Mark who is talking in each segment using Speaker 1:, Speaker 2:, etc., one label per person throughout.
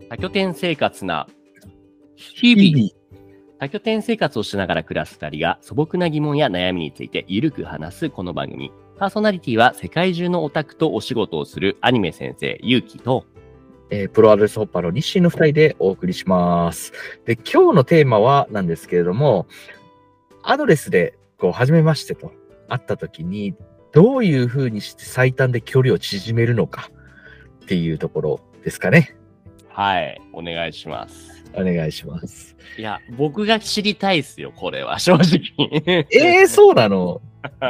Speaker 1: 多拠点生活な日々。多拠点生活をしながら暮らす2人が素朴な疑問や悩みについてゆるく話すこの番組。パーソナリティは世界中のオタクとお仕事をするアニメ先生、ゆうきと、
Speaker 2: プロアドレスホッパーの日清の2人でお送りします。で、今日のテーマはなんですけれども、アドレスで初めましてと会った時に、どういうふうにして最短で距離を縮めるのかっていうところですかね。
Speaker 1: はい、お願いします。
Speaker 2: お願いします。
Speaker 1: いや、僕が知りたいっすよ、これは、正直。
Speaker 2: そうなの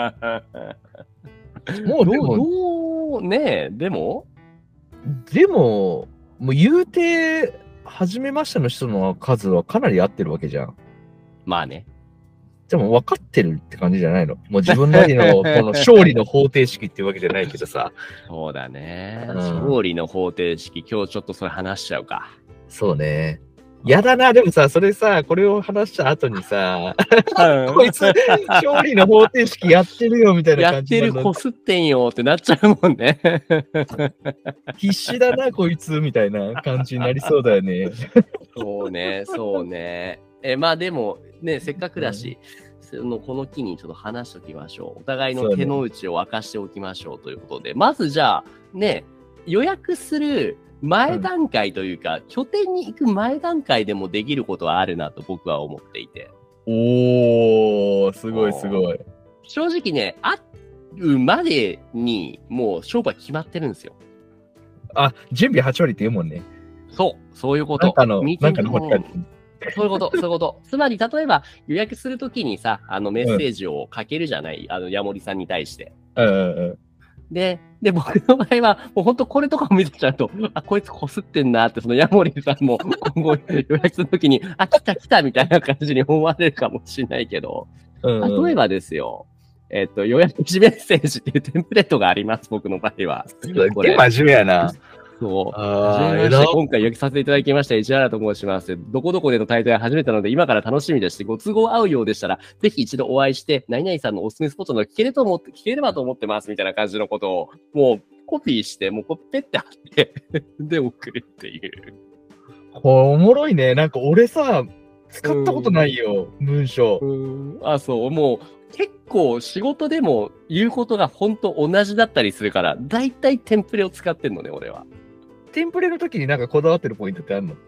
Speaker 2: もうでも、
Speaker 1: でも、
Speaker 2: もう言うて、初めましての人の数はかなり合ってるわけじゃん。
Speaker 1: まあね。
Speaker 2: でも分かってるって感じじゃないの？もう自分なりのこの勝利の方程式っていうわけじゃないけどさ。
Speaker 1: そうだね。勝利の方程式、今日ちょっとそれ話しちゃうか。
Speaker 2: そうね。やだな、でもさ、それさ、これを話した後にさ、こいつ、勝利の方程式やってるよみたいな感じ
Speaker 1: やってる、こすってんよってなっちゃうもんね。
Speaker 2: 必死だな、こいつみたいな感じになりそうだよね。
Speaker 1: そうね、そうね。まあでも、ね、せっかくだし、この機にちょっと話しておきましょう。お互いの手の内を明かしておきましょうということで、まずじゃあ、ね、予約する前段階というか、拠点に行く前段階でもできることはあるなと僕は思っていて。
Speaker 2: おー、すごいすごい。
Speaker 1: 正直ね、会うまでにもう勝負は決まってるんですよ。
Speaker 2: あ、準備8割って言うもんね。
Speaker 1: そう、そういうこと。
Speaker 2: なんかの本書
Speaker 1: そういうこと、そういうこと。つまり、例えば予約するときにさ、メッセージをかけるじゃない、ヤモリさんに対して。で、僕の場合は、もう本当これとかを見てちゃうと、あ、こいつこすってんなって、そのヤモリさんも今後予約するときに、あ、来たみたいな感じに思われるかもしれないけど、例えばですよ、予約時メッセージっていうテンプレートがあります、僕の場合は。
Speaker 2: これ真面目やな。
Speaker 1: そう。はじめまして、今回予約させていただきました、市原と申します。どこどこでの滞在は初めてなので、今から楽しみでして、ご都合合うようでしたら、ぜひ一度お会いして、何々さんのおすすめスポットの聞ければと思ってます、みたいな感じのことを、もうコピーして、もうペッて貼って、で、送るっていう。
Speaker 2: おもろいね。なんか俺さ、使ったことないよ、文章。
Speaker 1: そう、もう、結構仕事でも言うことが本当同じだったりするから、だいたいテンプレを使ってんのね、俺は。
Speaker 2: テンプレの時になんかこだわってるポイントってあるの？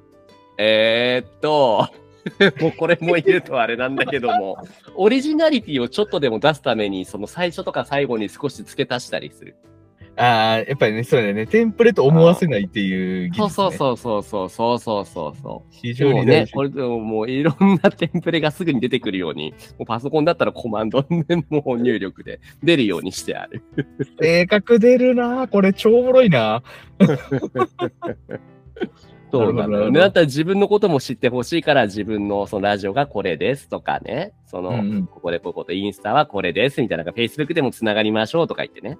Speaker 1: もうこれも言うとあれなんだけども、オリジナリティをちょっとでも出すために、その最初とか最後に少し付け足したりする。
Speaker 2: やっぱりね、そうだよね。テンプレと思わせないっていう技術、ね。
Speaker 1: そう。
Speaker 2: 非常に
Speaker 1: ね、これでももういろんなテンプレがすぐに出てくるように、もうパソコンだったらコマンドでもう入力で出るようにしてある。
Speaker 2: 正確出るなぁ。これ超おもろいな
Speaker 1: そうなんだよね。だったら自分のことも知ってほしいから、自分のそのラジオがこれですとかね、ここでこことインスタはこれですみたいな、Facebook でもつながりましょうとか言ってね。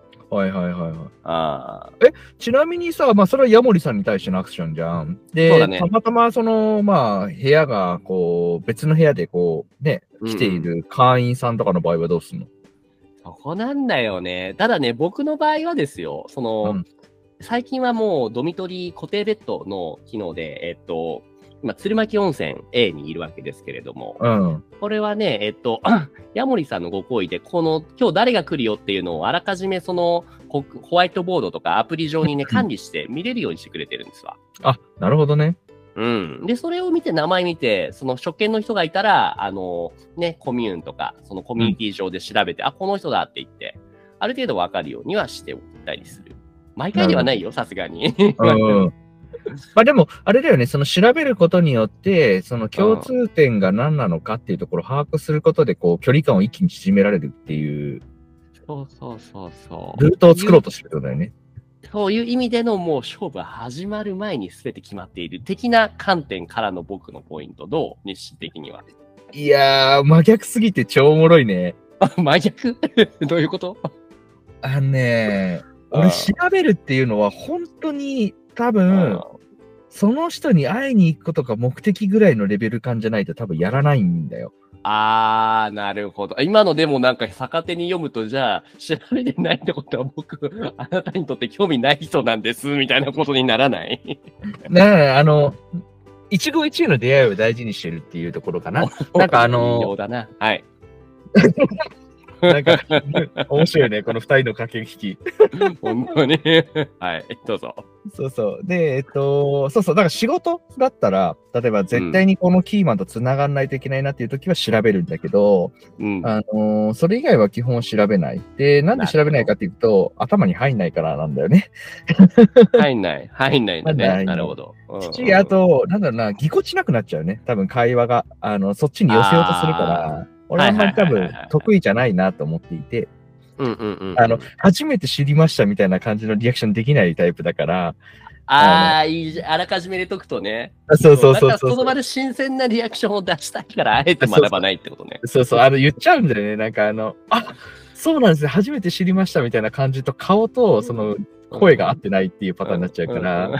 Speaker 2: ちなみにさ、まあ、それはヤモリさんに対してのアクションじゃん。で、たまたま、部屋が、別の部屋で来ている会員さんとかの場合はどうすんの？
Speaker 1: そこなんだよね。ただね、僕の場合はですよ、最近はもうドミトリー固定ベッドの機能で、今、鶴巻温泉 A にいるわけですけれども、これはね、ヤモリさんのご好意で、今日誰が来るよっていうのをあらかじめホワイトボードとかアプリ上にね、管理して見れるようにしてくれてるんですわ。
Speaker 2: あ、なるほどね。
Speaker 1: で、それを見て、名前見て、その初見の人がいたら、コミューンとか、そのコミュニティ上で調べて、あ、この人だって言って、ある程度わかるようにはしておいたりする。毎回ではないよ、さすがに。
Speaker 2: まあでも、あれだよね、その調べることによって、その共通点が何なのかっていうところを把握することで、距離感を一気に縮められるっていう、ルートを作ろうとしてるってことだよね。
Speaker 1: そういう意味でのもう勝負は始まる前に全て決まっている的な観点からの僕のポイント、どう？日誌的には。
Speaker 2: いやー、真逆すぎて超おもろいね。
Speaker 1: 真逆どういうこと？
Speaker 2: 俺調べるっていうのは本当に多分、その人に会いに行くことが目的ぐらいのレベル感じゃないと多分やらないんだよ。
Speaker 1: なるほど。今のでもなんか逆手に読むと、じゃあ、調べてないってことは僕、あなたにとって興味ない人なんです、みたいなことにならない？
Speaker 2: 一期一会の出会いを大事にしてるっていうところかな。なんか
Speaker 1: 微妙だな。はい。
Speaker 2: なんか、面白いね、この二人の駆け引き。
Speaker 1: 本当に。はい、どうぞ。
Speaker 2: そうそう。で、そうそう。だから仕事だったら、例えば絶対にこのキーマンと繋がんないといけないなっていう時は調べるんだけど、それ以外は基本調べない。で、なんで調べないかっていうと、頭に入んないからなんだよね。
Speaker 1: 入んないんだね。なるほど。
Speaker 2: あと、なんだろうな、ぎこちなくなっちゃうね。多分会話が、そっちに寄せようとするから、俺はあんまり多分得意じゃないなと思っていて、初めて知りましたみたいな感じのリアクションできないタイプだから。
Speaker 1: あらかじめ入れとくとね。
Speaker 2: そう。
Speaker 1: その場で新鮮なリアクションを出したいから、あえて学ばないってことね。
Speaker 2: そう、言っちゃうんだよね。なんかそうなんですね。初めて知りましたみたいな感じと顔と、その声が合ってないっていうパターンになっちゃうから、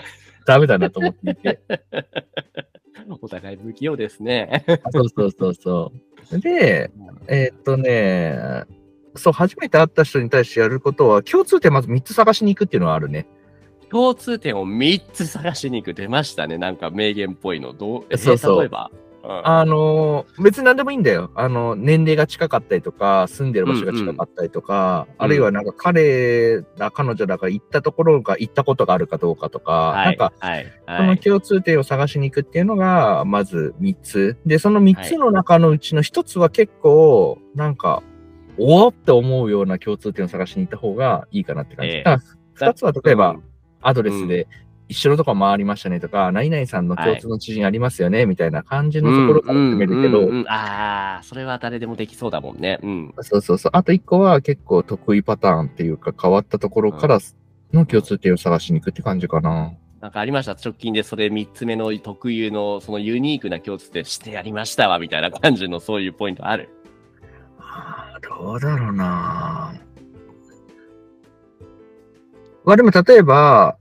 Speaker 2: ダメだなと思っていて。
Speaker 1: お互い不器用ですね。
Speaker 2: そう。で、そう、初めて会った人に対してやることは、共通点まず3つ探しに行くっていうのはあるね。
Speaker 1: 共通点を3つ探しに行く。出ましたね。なんか名言っぽいの。
Speaker 2: そう。
Speaker 1: 例えば、
Speaker 2: 別に何でもいいんだよ。年齢が近かったりとか、住んでる場所が近かったりとか、あるいはなんか彼女らが行ったところが行ったことがあるかどうかとか、なんか、その共通点を探しに行くっていうのが、まず3つ。で、その3つの中のうちの1つは結構、なんか、おーって思うような共通点を探しに行った方がいいかなって感じ。2つは例えば、アドレスで一緒のとこ回りましたねとか、何々さんの共通の知人ありますよね、みたいな感じのところから決めるけど。
Speaker 1: それは誰でもできそうだもんね。
Speaker 2: そう。あと1個は結構得意パターンっていうか変わったところからの共通点を探しに行くって感じかな。
Speaker 1: なんかありました。直近でそれ3つ目の特有のそのユニークな共通点してやりましたわ、みたいな感じのそういうポイントある？
Speaker 2: どうだろうな。でも例えば、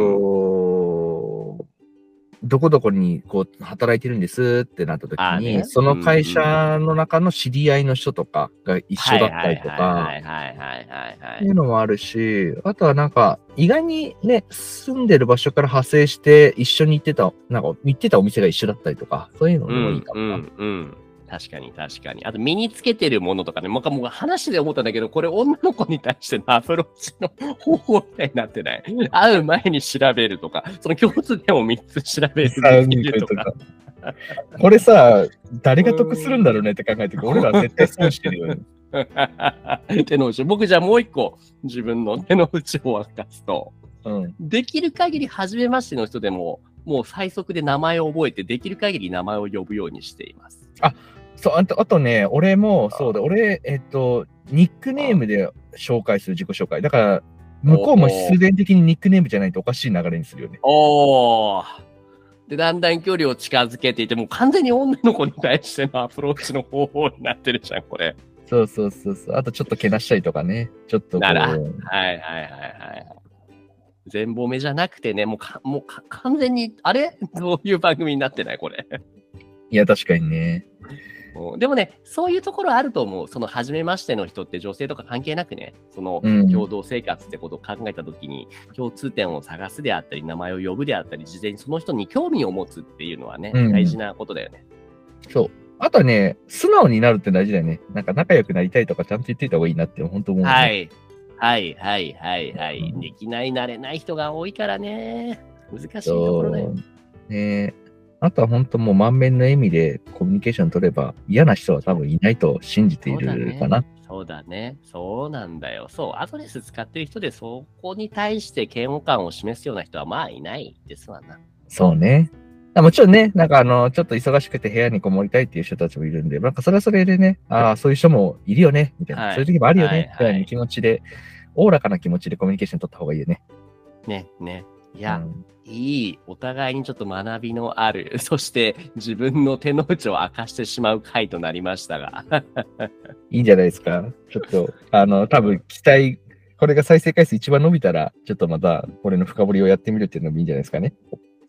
Speaker 2: どこどこにこう働いてるんですってなった時に、その会社の中の知り合いの人とかが一緒だったりとか、っていうのもあるし、あとはなんか意外にね、住んでる場所から派生して一緒に行ってたお店が一緒だったりとか、そういうのもいいかもな。
Speaker 1: 確かに。あと身につけてるものとかね、もう話で思ったんだけど、これ女の子に対してのアプローチの方法みたいになってない？会う前に調べるとか、その共通点を3つ調べるとか。
Speaker 2: これさ、誰が得するんだろうねって考えて、俺ら絶対損してるよね。
Speaker 1: 手の内。僕じゃあもう一個自分の手の内を明かすと、できる限り初めましての人でも、もう最速で名前を覚えて、できる限り名前を呼ぶようにしています。
Speaker 2: そう、あとね、俺もそうだ、俺、ニックネームで紹介する自己紹介。だから、向こうも必然的にニックネームじゃないとおかしい流れにするよね。
Speaker 1: で、だんだん距離を近づけていて、もう完全に女の子に対してのアプローチの方法になってるじゃん、これ。
Speaker 2: そう。あとちょっとけなしたりとかね。ちょっとこう。
Speaker 1: はい。全褒めじゃなくてね、もう完全に、あれどういう番組になってないこれ。
Speaker 2: いや、確かにね。
Speaker 1: でもね、そういうところあると思う。その、初めましての人って女性とか関係なくね、その、共同生活ってことを考えたときに、共通点を探すであったり、名前を呼ぶであったり、事前にその人に興味を持つっていうのはね、大事なことだよね。
Speaker 2: そう。あとはね、素直になるって大事だよね。なんか仲良くなりたいとかちゃんと言っていた方がいいなって本当思う、ね。
Speaker 1: はい。できない、なれない人が多いからね。難しいところだよ。
Speaker 2: ね。あとは本当もう満面の笑みでコミュニケーション取れば嫌な人は多分いないと信じているかな。
Speaker 1: そうだね。そうなんだよ。そう。アドレス使ってる人でそこに対して嫌悪感を示すような人はまあいないですわな。
Speaker 2: そうね。もちろんね、なんかちょっと忙しくて部屋にこもりたいっていう人たちもいるんで、なんかそれはそれでね、そういう人もいるよね、みたいな。そういう時もあるよね、みたいな気持ちで、おおらかな気持ちでコミュニケーション取った方がいいよね。
Speaker 1: ね。いや、いい、お互いにちょっと学びのある、そして自分の手の内を明かしてしまう回となりましたが。
Speaker 2: いいんじゃないですか。ちょっと、多分これが再生回数一番伸びたら、ちょっとまた、これの深掘りをやってみるっていうのもいいんじゃないですかね。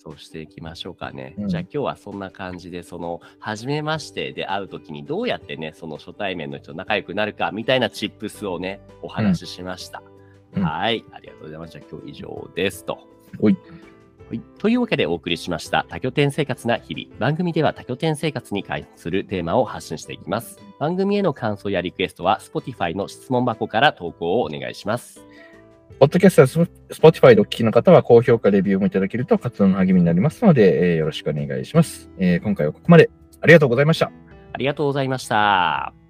Speaker 1: そうしていきましょうかね。じゃあ今日はそんな感じで、初めましてで会うときにどうやってね、その初対面の人と仲良くなるかみたいなチップスをね、お話ししました。はい。ありがとうございます。じゃあ今日以上ですと。
Speaker 2: はい。
Speaker 1: というわけでお送りしました多拠点生活な日々。番組では多拠点生活に関するテーマを発信していきます。番組への感想やリクエストは Spotify の質問箱から投稿をお願いします。
Speaker 2: ポッドキャストや Spotify でお聞きの方は高評価、レビューもいただけると活動の励みになりますので、よろしくお願いします。今回はここまでありがとうございました。
Speaker 1: ありがとうございました。